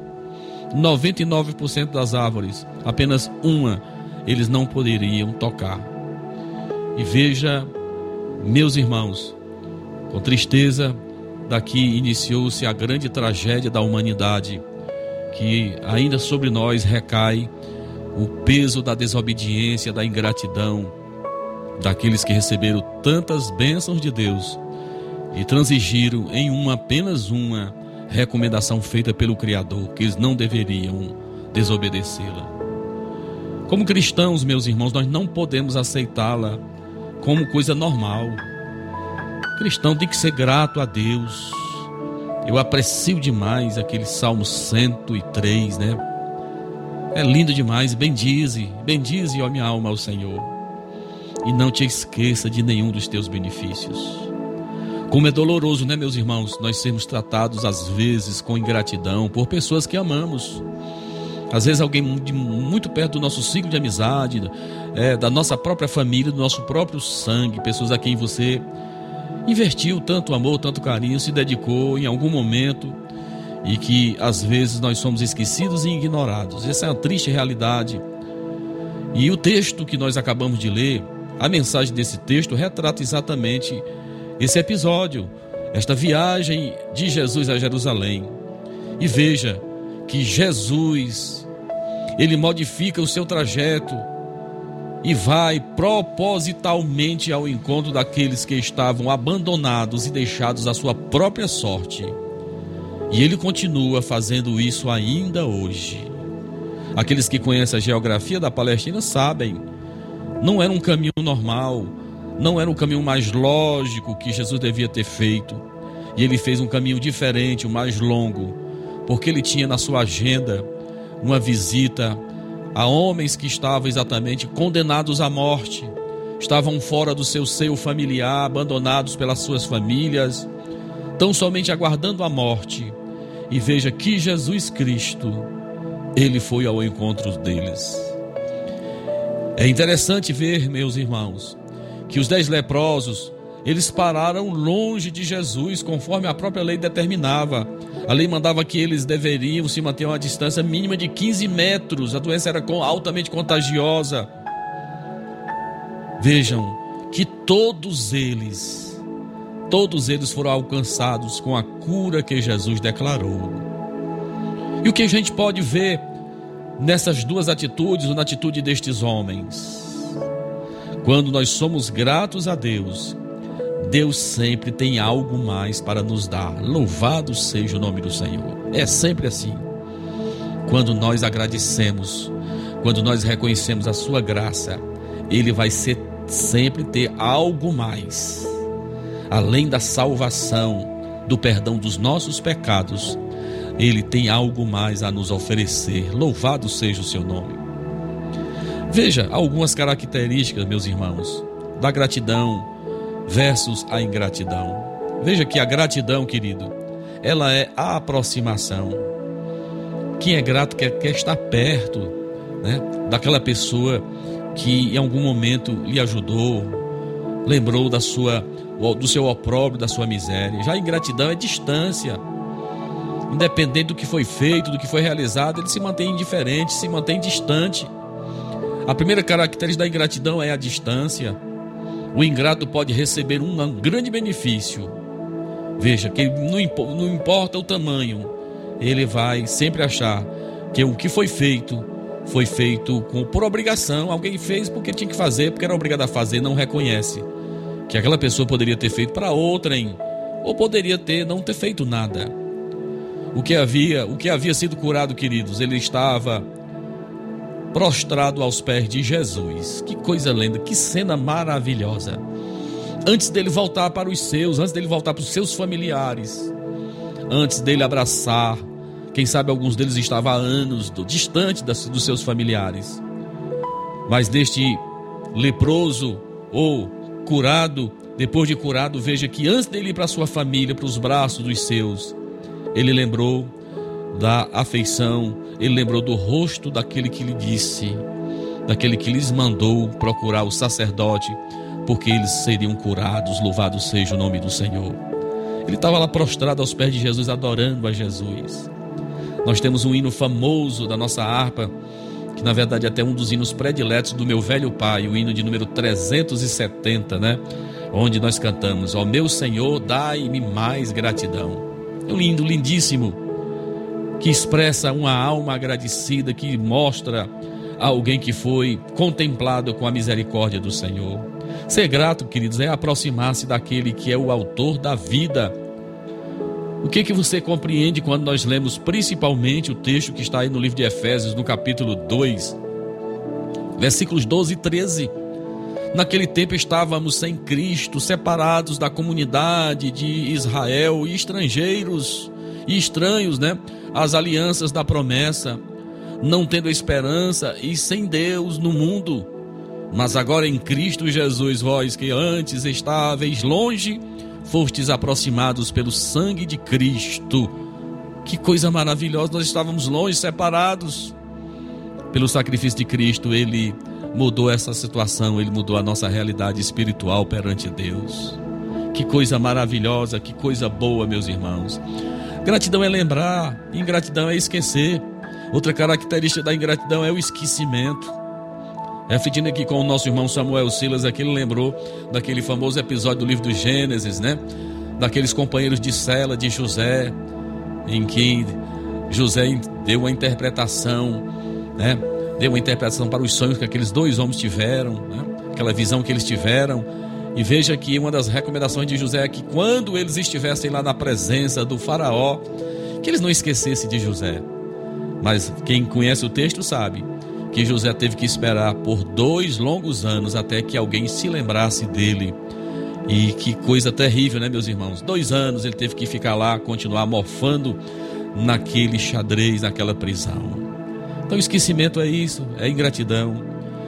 99% das árvores, apenas uma, eles não poderiam tocar. E veja, meus irmãos, com tristeza, daqui iniciou-se a grande tragédia da humanidade, que ainda sobre nós recai o peso da desobediência, da ingratidão, daqueles que receberam tantas bênçãos de Deus e transigiram em apenas uma recomendação feita pelo Criador, que eles não deveriam desobedecê-la. Como cristãos, meus irmãos, nós não podemos aceitá-la como coisa normal. O cristão tem que ser grato a Deus. Eu aprecio demais aquele Salmo 103, né? É lindo demais. Bendize, ó minha alma, ao Senhor, e não te esqueça de nenhum dos teus benefícios. Como é doloroso, né, meus irmãos, nós sermos tratados às vezes com ingratidão por pessoas que amamos. Às vezes alguém muito perto do nosso ciclo de amizade, da nossa própria família, do nosso próprio sangue, pessoas a quem você investiu tanto amor, tanto carinho, se dedicou em algum momento, e que às vezes nós somos esquecidos e ignorados. Essa é uma triste realidade. E o texto que nós acabamos de ler, a mensagem desse texto retrata exatamente esse episódio, esta viagem de Jesus a Jerusalém. E veja que Jesus, ele modifica o seu trajeto e vai propositalmente ao encontro daqueles que estavam abandonados e deixados à sua própria sorte. E ele continua fazendo isso ainda hoje. Aqueles que conhecem a geografia da Palestina sabem, Não era um caminho normal, não era um caminho mais lógico que Jesus devia ter feito. E ele fez um caminho diferente, o mais longo, porque ele tinha na sua agenda uma visita a homens que estavam exatamente condenados à morte, estavam fora do seu seio familiar, abandonados pelas suas famílias, tão somente aguardando a morte. E veja que Jesus Cristo, ele foi ao encontro deles. É interessante ver, meus irmãos, que os 10 leprosos, eles pararam longe de Jesus, conforme a própria lei determinava. A lei mandava que eles deveriam se manter a uma distância mínima de 15 metros. A doença era altamente contagiosa. Vejam que todos eles foram alcançados com a cura que Jesus declarou. E o que a gente pode ver nessas duas atitudes, ou na atitude destes homens? Quando nós somos gratos a Deus, Deus sempre tem algo mais para nos dar. Louvado seja o nome do Senhor. É sempre assim. Quando nós agradecemos, quando nós reconhecemos a sua graça, Ele vai sempre ter algo mais. Além da salvação, do perdão dos nossos pecados, Ele tem algo mais a nos oferecer. Louvado seja o seu nome. Veja algumas características, meus irmãos, da gratidão versus a ingratidão. Veja que a gratidão, querido, ela é a aproximação. Quem é grato quer estar perto, né, daquela pessoa que em algum momento lhe ajudou, lembrou do seu opróbrio, da sua miséria. Já a ingratidão é distância. Independente do que foi feito, do que foi realizado, ele se mantém indiferente, se mantém distante. A primeira característica da ingratidão é a distância. O ingrato pode receber um grande benefício. Veja, que não importa o tamanho, ele vai sempre achar que o que foi feito por obrigação. Alguém fez porque tinha que fazer, porque era obrigado a fazer, não reconhece que aquela pessoa poderia ter feito para outrem, ou poderia não ter feito nada. O que havia sido curado, queridos, ele estava prostrado aos pés de Jesus. Que coisa linda, que cena maravilhosa. Antes dele voltar para os seus, antes dele voltar para os seus familiares, antes dele abraçar, quem sabe alguns deles estavam há anos distante dos seus familiares, mas deste leproso ou curado, depois de curado, veja que antes dele ir para a sua família, para os braços dos seus, ele lembrou da afeição, ele lembrou do rosto daquele que lhe disse, daquele que lhes mandou procurar o sacerdote, porque eles seriam curados. Louvado seja o nome do Senhor. Ele estava lá prostrado aos pés de Jesus, adorando a Jesus. Nós temos um hino famoso da nossa harpa, que na verdade é até um dos hinos prediletos do meu velho pai, o hino de número 370, né? Onde nós cantamos: ó meu Senhor, dai-me mais gratidão. É um hino lindíssimo, que expressa uma alma agradecida, que mostra alguém que foi contemplado com a misericórdia do Senhor. Ser grato, queridos, é aproximar-se daquele que é o autor da vida. O que você compreende quando nós lemos principalmente o texto que está aí no livro de Efésios, no capítulo 2, versículos 12 e 13? Naquele tempo estávamos sem Cristo, separados da comunidade de Israel e estrangeiros e estranhos, né, às alianças da promessa, não tendo esperança e sem Deus no mundo. Mas agora em Cristo Jesus, vós que antes estáveis longe, fostes aproximados pelo sangue de Cristo. Que coisa maravilhosa, nós estávamos longe, separados. Pelo sacrifício de Cristo, Ele mudou essa situação, Ele mudou a nossa realidade espiritual perante Deus. Que coisa maravilhosa, que coisa boa, meus irmãos. Gratidão é lembrar, ingratidão é esquecer. Outra característica da ingratidão é o esquecimento. Refletindo aqui com o nosso irmão Samuel Silas, aqui ele lembrou daquele famoso episódio do livro do Gênesis, né? Daqueles companheiros de cela de José, em que José deu uma interpretação, né? Deu uma interpretação para os sonhos que aqueles dois homens tiveram, né? Aquela visão que eles tiveram. E veja que uma das recomendações de José é que quando eles estivessem lá na presença do faraó, que eles não esquecessem de José. Mas quem conhece o texto sabe que José teve que esperar por 2 longos anos até que alguém se lembrasse dele. E que coisa terrível, né, meus irmãos? 2 anos ele teve que ficar lá, continuar mofando naquele xadrez, naquela prisão. Então esquecimento é isso, é ingratidão.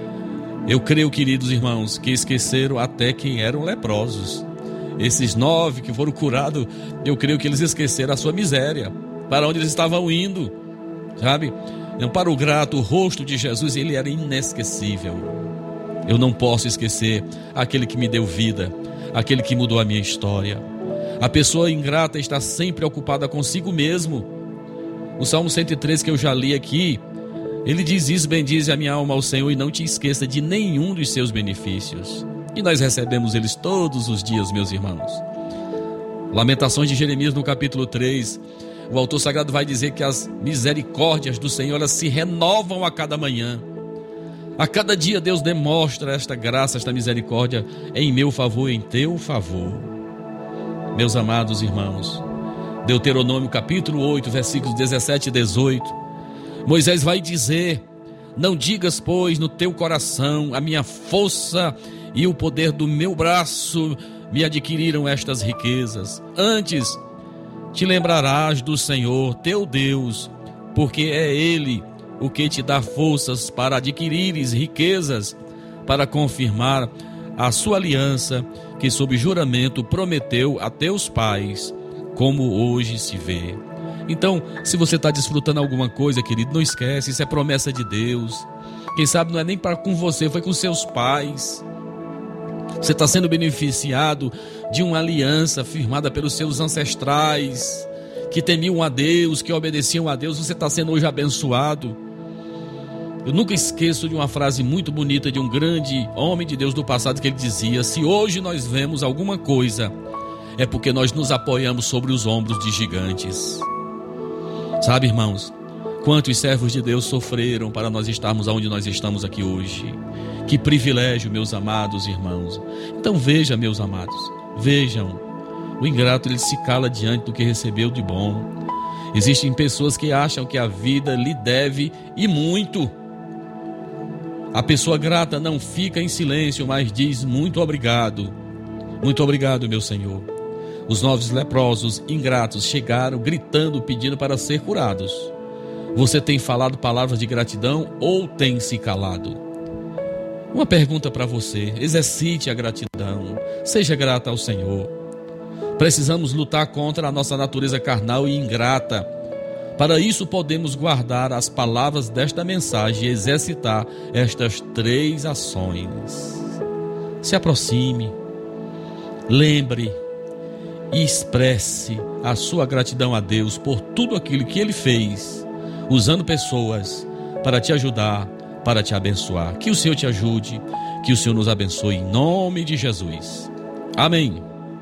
Eu creio, queridos irmãos, que esqueceram até quem eram leprosos. Esses 9 que foram curados, eu creio que eles esqueceram a sua miséria, para onde eles estavam indo, sabe? Para o grato, o rosto de Jesus, ele era inesquecível. Eu não posso esquecer aquele que me deu vida, aquele que mudou a minha história. A pessoa ingrata está sempre ocupada consigo mesmo. O Salmo 103 que eu já li aqui, ele diz isso: bendize a minha alma ao Senhor e não te esqueça de nenhum dos seus benefícios. E nós recebemos eles todos os dias, meus irmãos. Lamentações de Jeremias no capítulo 3, o autor sagrado vai dizer que as misericórdias do Senhor, elas se renovam a cada manhã. A cada dia Deus demonstra esta graça, esta misericórdia em meu favor, em teu favor. Meus amados irmãos, Deuteronômio capítulo 8, versículos 17 e 18, Moisés vai dizer: não digas, pois, no teu coração, a minha força e o poder do meu braço me adquiriram estas riquezas. Antes, te lembrarás do Senhor, teu Deus, porque é Ele o que te dá forças para adquirires riquezas, para confirmar a sua aliança, que sob juramento prometeu a teus pais, como hoje se vê. Então, se você está desfrutando alguma coisa, querido, não esquece, isso é promessa de Deus. Quem sabe não é nem com você, foi com seus pais. Você está sendo beneficiado de uma aliança firmada pelos seus ancestrais, que temiam a Deus, que obedeciam a Deus. Você está sendo hoje abençoado. Eu nunca esqueço de uma frase muito bonita de um grande homem de Deus do passado, que ele dizia: se hoje nós vemos alguma coisa, é porque nós nos apoiamos sobre os ombros de gigantes. Sabe, irmãos, quantos servos de Deus sofreram para nós estarmos onde nós estamos aqui hoje. Que privilégio, meus amados irmãos. Então veja, meus amados, vejam, o ingrato, ele se cala diante do que recebeu de bom. Existem pessoas que acham que a vida lhe deve e muito. A pessoa grata não fica em silêncio, mas diz: muito obrigado, meu Senhor. Os 9 leprosos ingratos chegaram gritando, pedindo para ser curados. Você tem falado palavras de gratidão ou tem se calado? Uma pergunta para você: exercite a gratidão, seja grata ao Senhor. Precisamos lutar contra a nossa natureza carnal e ingrata. Para isso podemos guardar as palavras desta mensagem e exercitar estas 3 ações. Se aproxime, lembre e expresse a sua gratidão a Deus por tudo aquilo que Ele fez, usando pessoas para te ajudar, para te abençoar. Que o Senhor te ajude, que o Senhor nos abençoe em nome de Jesus. Amém.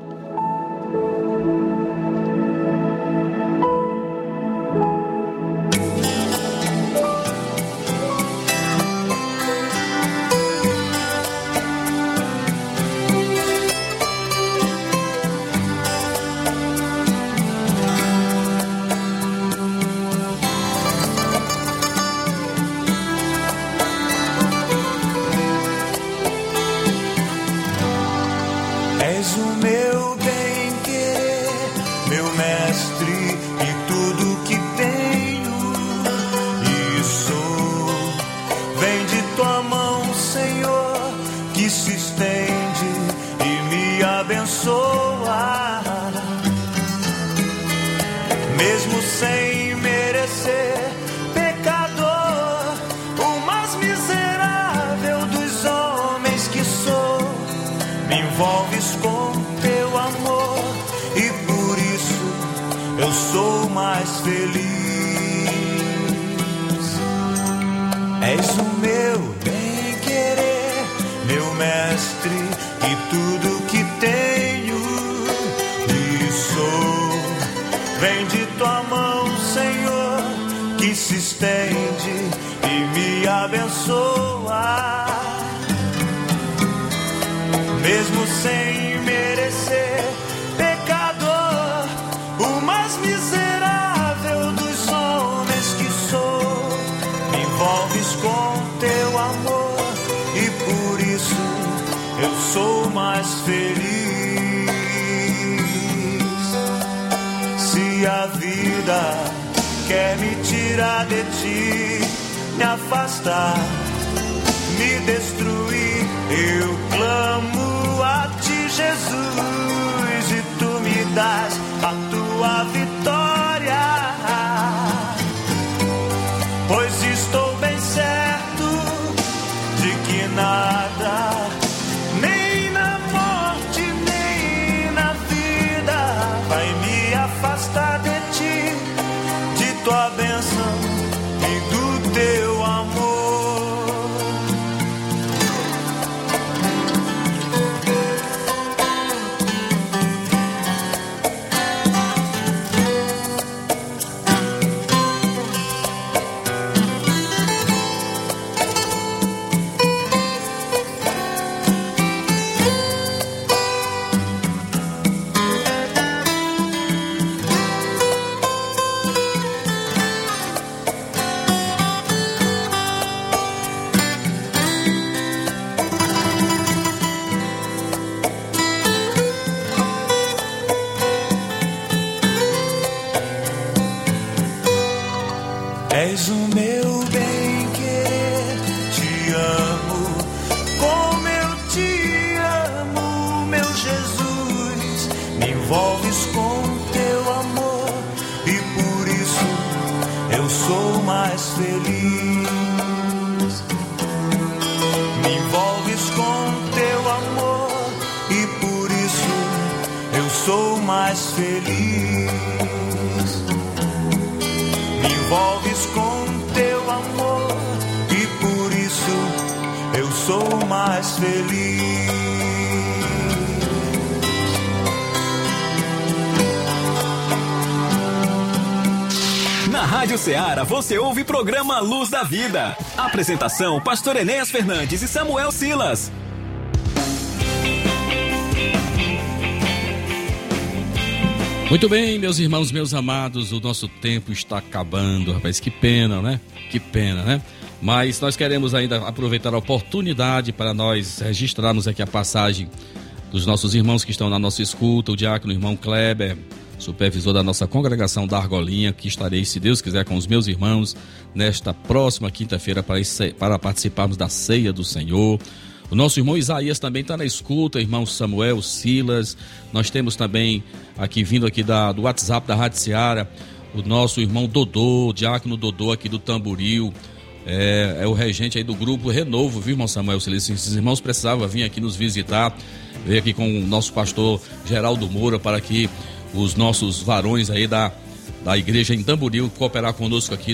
Mesmo sem merecer, pecador, o mais miserável dos homens que sou, me envolves com teu e por isso eu sou mais feliz. Se a vida quer me tirar de ti, me afastar, me destruir, eu clamo a ti, Jesus, e tu me das a tua vitória, pois estou bem certo de que nada, nem na morte, nem na vida, vai me afastar de ti, de tua bênção e do teu amor. És o meu bem-querer, te amo como eu te amo, meu Jesus. Me envolves com teu amor e por isso eu sou mais feliz. Me envolves com teu amor e por isso eu sou mais feliz. Me envolves com teu amor e por isso eu sou mais feliz. Na Rádio Ceará você ouve o programa Luz da Vida. Apresentação: Pastor Enéas Fernandes e Samuel Silas. Muito bem, meus irmãos, meus amados, o nosso tempo está acabando, rapaz, que pena, né? Que pena, né? Mas nós queremos ainda aproveitar a oportunidade para nós registrarmos aqui a passagem dos nossos irmãos que estão na nossa escuta, o diácono irmão Kleber, supervisor da nossa congregação da Argolinha, que estarei, se Deus quiser, com os meus irmãos nesta próxima quinta-feira para participarmos da ceia do Senhor. O nosso irmão Isaías também está na escuta, irmão Samuel Silas. Nós temos também aqui, vindo aqui do WhatsApp da Rádio Ceará, o nosso irmão Dodô, o diácono Dodô aqui do Tamboril. É o regente aí do grupo Renovo, viu, irmão Samuel Silas? Esses irmãos precisavam vir aqui nos visitar. Veio aqui com o nosso pastor Geraldo Moura para que os nossos varões aí da igreja em Tamboril cooperar conosco aqui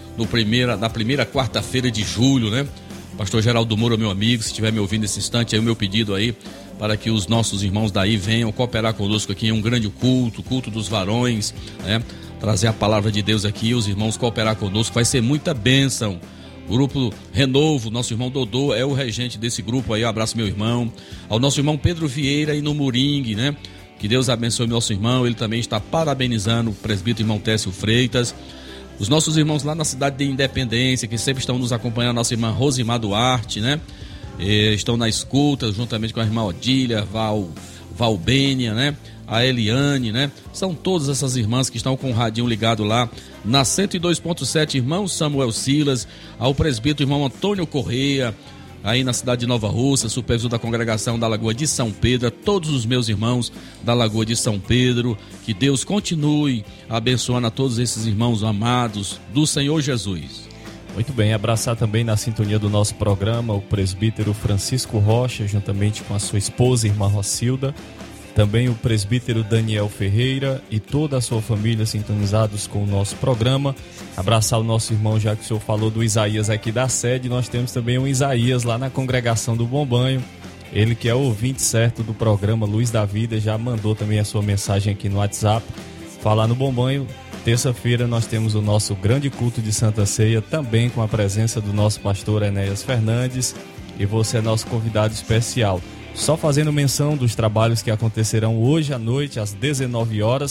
na primeira quarta-feira de julho, né? Pastor Geraldo Moura, meu amigo, se estiver me ouvindo nesse instante, aí o meu pedido aí para que os nossos irmãos daí venham cooperar conosco aqui em um grande culto dos varões, né? Trazer a palavra de Deus aqui, os irmãos cooperar conosco, vai ser muita bênção. Grupo Renovo, nosso irmão Dodô é o regente desse grupo aí, um abraço meu irmão. Ao nosso irmão Pedro Vieira aí no Moringue, né? Que Deus abençoe nosso irmão, ele também está parabenizando o presbítero irmão Técio Freitas. Os nossos irmãos lá na cidade de Independência, que sempre estão nos acompanhando, a nossa irmã Rosimar Duarte, né? Estão na escuta, juntamente com a irmã Odília, Valbênia, né? A Eliane, né? São todas essas irmãs que estão com o radinho ligado lá na 102.7, irmão Samuel Silas, ao presbítero irmão Antônio Correia, aí na cidade de Nova Russa, supervisor da congregação da Lagoa de São Pedro, a todos os meus irmãos da Lagoa de São Pedro, que Deus continue abençoando a todos esses irmãos amados do Senhor Jesus. Muito bem, abraçar também na sintonia do nosso programa o presbítero Francisco Rocha, juntamente com a sua esposa, irmã Rocilda, também o presbítero Daniel Ferreira e toda a sua família sintonizados com o nosso programa. Abraçar o nosso irmão, já que o senhor falou do Isaías aqui da sede, nós temos também um Isaías lá na congregação do Bom Banho. Ele que é o ouvinte certo do programa Luz da Vida, já mandou também a sua mensagem aqui no WhatsApp. Falar no Bom Banho, terça-feira nós temos o nosso grande culto de Santa Ceia, também com a presença do nosso pastor Enéas Fernandes, e você é nosso convidado especial. Só fazendo menção dos trabalhos que acontecerão hoje à noite, às 19 horas,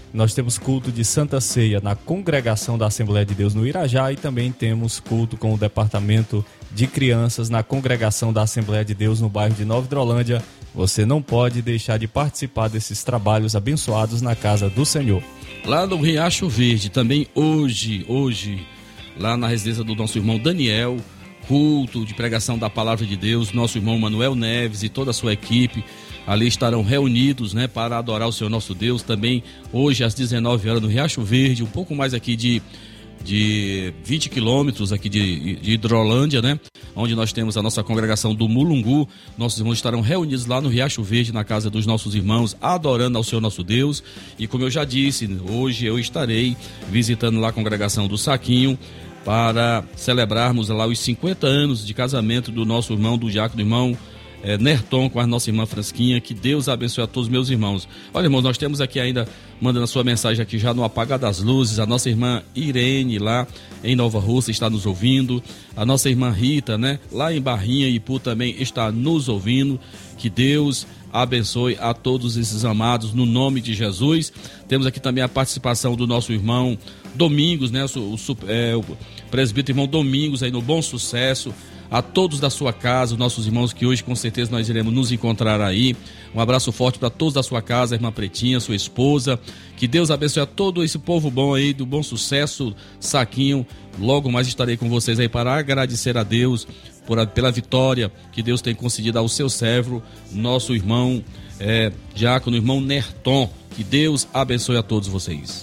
nós temos culto de Santa Ceia na Congregação da Assembleia de Deus no Irajá e também temos culto com o Departamento de Crianças na Congregação da Assembleia de Deus no bairro de Nova Hidrolândia. Você não pode deixar de participar desses trabalhos abençoados na casa do Senhor. Lá no Riacho Verde, também hoje, lá na residência do nosso irmão Daniel, culto de pregação da Palavra de Deus, nosso irmão Manuel Neves e toda a sua equipe ali estarão reunidos, né, para adorar o Senhor nosso Deus. Também hoje às 19 horas no Riacho Verde, um pouco mais aqui de 20 quilômetros aqui de Hidrolândia, né? Onde nós temos a nossa congregação do Mulungu. Nossos irmãos estarão reunidos lá no Riacho Verde, na casa dos nossos irmãos, adorando ao Senhor nosso Deus. E como eu já disse, hoje eu estarei visitando lá a congregação do Saquinho para celebrarmos lá os 50 anos de casamento do nosso irmão, do diácono irmão Nerton com a nossa irmã Fransquinha. Que Deus abençoe a todos os meus irmãos. Olha, irmãos, nós temos aqui ainda, mandando a sua mensagem aqui já no apagar das luzes, a nossa irmã Irene lá em Nova Rússia está nos ouvindo, a nossa irmã Rita, né, lá em Barrinha, Ipu, também está nos ouvindo. Que Deus abençoe a todos esses amados no nome de Jesus. Temos aqui também a participação do nosso irmão Domingos, né, o presbítero irmão Domingos aí no Bom Sucesso. A todos da sua casa, os nossos irmãos que hoje com certeza nós iremos nos encontrar aí. Um abraço forte para todos da sua casa, a irmã Pretinha, sua esposa. Que Deus abençoe a todo esse povo bom aí do Bom Sucesso, Saquinho. Logo mais estarei com vocês aí para agradecer a Deus pela vitória que Deus tem concedido ao seu servo, nosso irmão diácono, irmão Nerton. Que Deus abençoe a todos vocês.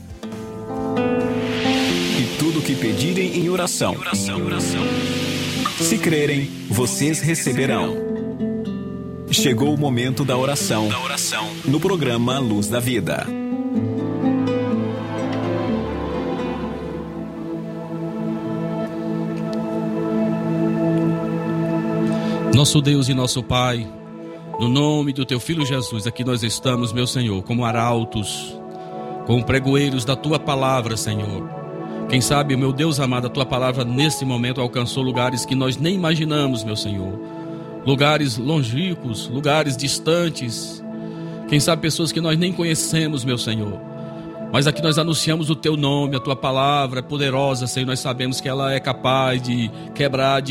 E tudo que pedirem em oração. Se crerem, vocês receberão. Chegou o momento da oração no programa Luz da Vida. Nosso Deus e nosso Pai, no nome do Teu Filho Jesus, aqui nós estamos, meu Senhor, como arautos, como pregoeiros da Tua Palavra, Senhor. Quem sabe, meu Deus amado, a Tua Palavra nesse momento alcançou lugares que nós nem imaginamos, meu Senhor. Lugares longínquos, lugares distantes. Quem sabe pessoas que nós nem conhecemos, meu Senhor. Mas aqui nós anunciamos o Teu nome, a Tua Palavra é poderosa, Senhor. Nós sabemos que ela é capaz de quebrar,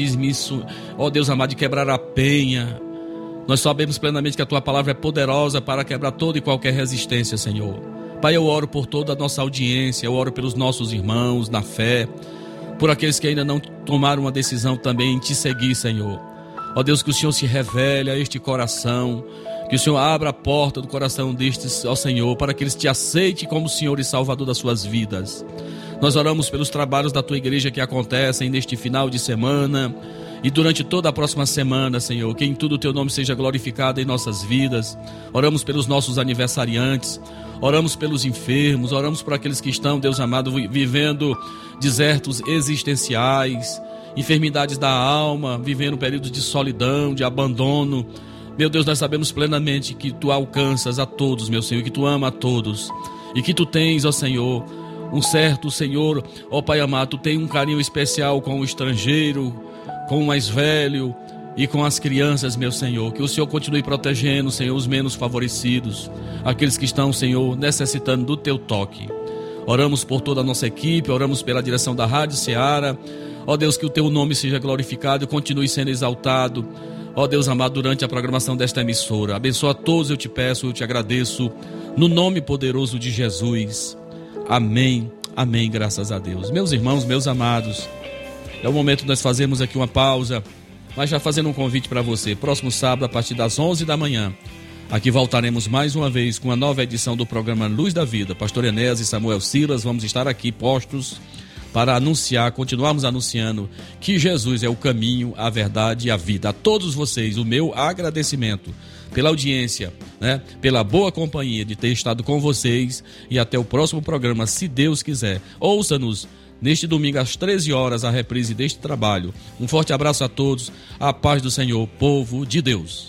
ó Deus amado, de quebrar a penha. Nós sabemos plenamente que a Tua Palavra é poderosa para quebrar toda e qualquer resistência, Senhor. Pai, eu oro por toda a nossa audiência, eu oro pelos nossos irmãos na fé, por aqueles que ainda não tomaram uma decisão também em Te seguir, Senhor. Ó Deus, que o Senhor se revele a este coração, que o Senhor abra a porta do coração destes, ó Senhor, para que eles Te aceitem como Senhor e Salvador das suas vidas. Nós oramos pelos trabalhos da Tua igreja que acontecem neste final de semana e durante toda a próxima semana, Senhor, que em tudo o Teu nome seja glorificado em nossas vidas. Oramos pelos nossos aniversariantes, oramos pelos enfermos, oramos por aqueles que estão, Deus amado, vivendo desertos existenciais, enfermidades da alma, vivendo períodos de solidão, de abandono. Meu Deus, nós sabemos plenamente que Tu alcanças a todos, meu Senhor, que Tu ama a todos e que Tu tens, ó Senhor, um certo, Senhor, ó Pai amado, Tu tens um carinho especial com o estrangeiro, com o mais velho e com as crianças, meu Senhor. Que o Senhor continue protegendo, Senhor, os menos favorecidos, aqueles que estão, Senhor, necessitando do Teu toque. Oramos por toda a nossa equipe, oramos pela direção da Rádio Ceará. Ó Deus, que o Teu nome seja glorificado e continue sendo exaltado, ó Deus amado, durante a programação desta emissora. Abençoa a todos, eu Te peço, eu Te agradeço, no nome poderoso de Jesus. Amém, amém, graças a Deus. Meus irmãos, meus amados, é o momento de nós fazermos aqui uma pausa, mas já fazendo um convite para você. Próximo sábado, a partir das 11 da manhã, aqui voltaremos mais uma vez com a nova edição do programa Luz da Vida. Pastor Enéas e Samuel Silas vamos estar aqui postos para anunciar, continuarmos anunciando que Jesus é o caminho, a verdade e a vida. A todos vocês, o meu agradecimento pela audiência, né? Pela boa companhia de ter estado com vocês, e até o próximo programa, se Deus quiser. Ouça-nos neste domingo às 13 horas, a reprise deste trabalho. Um forte abraço a todos, a paz do Senhor, povo de Deus.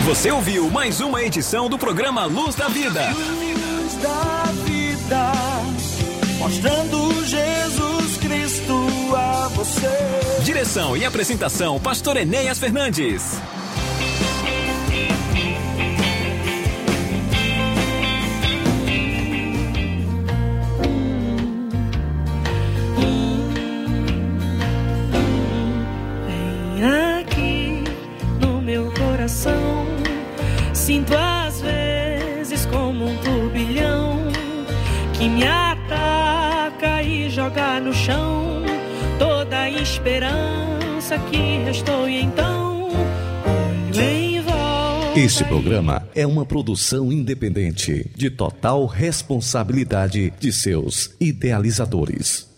Você ouviu mais uma edição do programa Luz da Vida. Luz da vida, mostrando Jesus Cristo a você. Direção e apresentação, Pastor Enéas Fernandes. Vem aqui no meu coração, sinto às vezes como um turbilhão que me ataca e joga no chão toda a esperança que restou, e então olho em volta. Este programa é uma produção independente de total responsabilidade de seus idealizadores.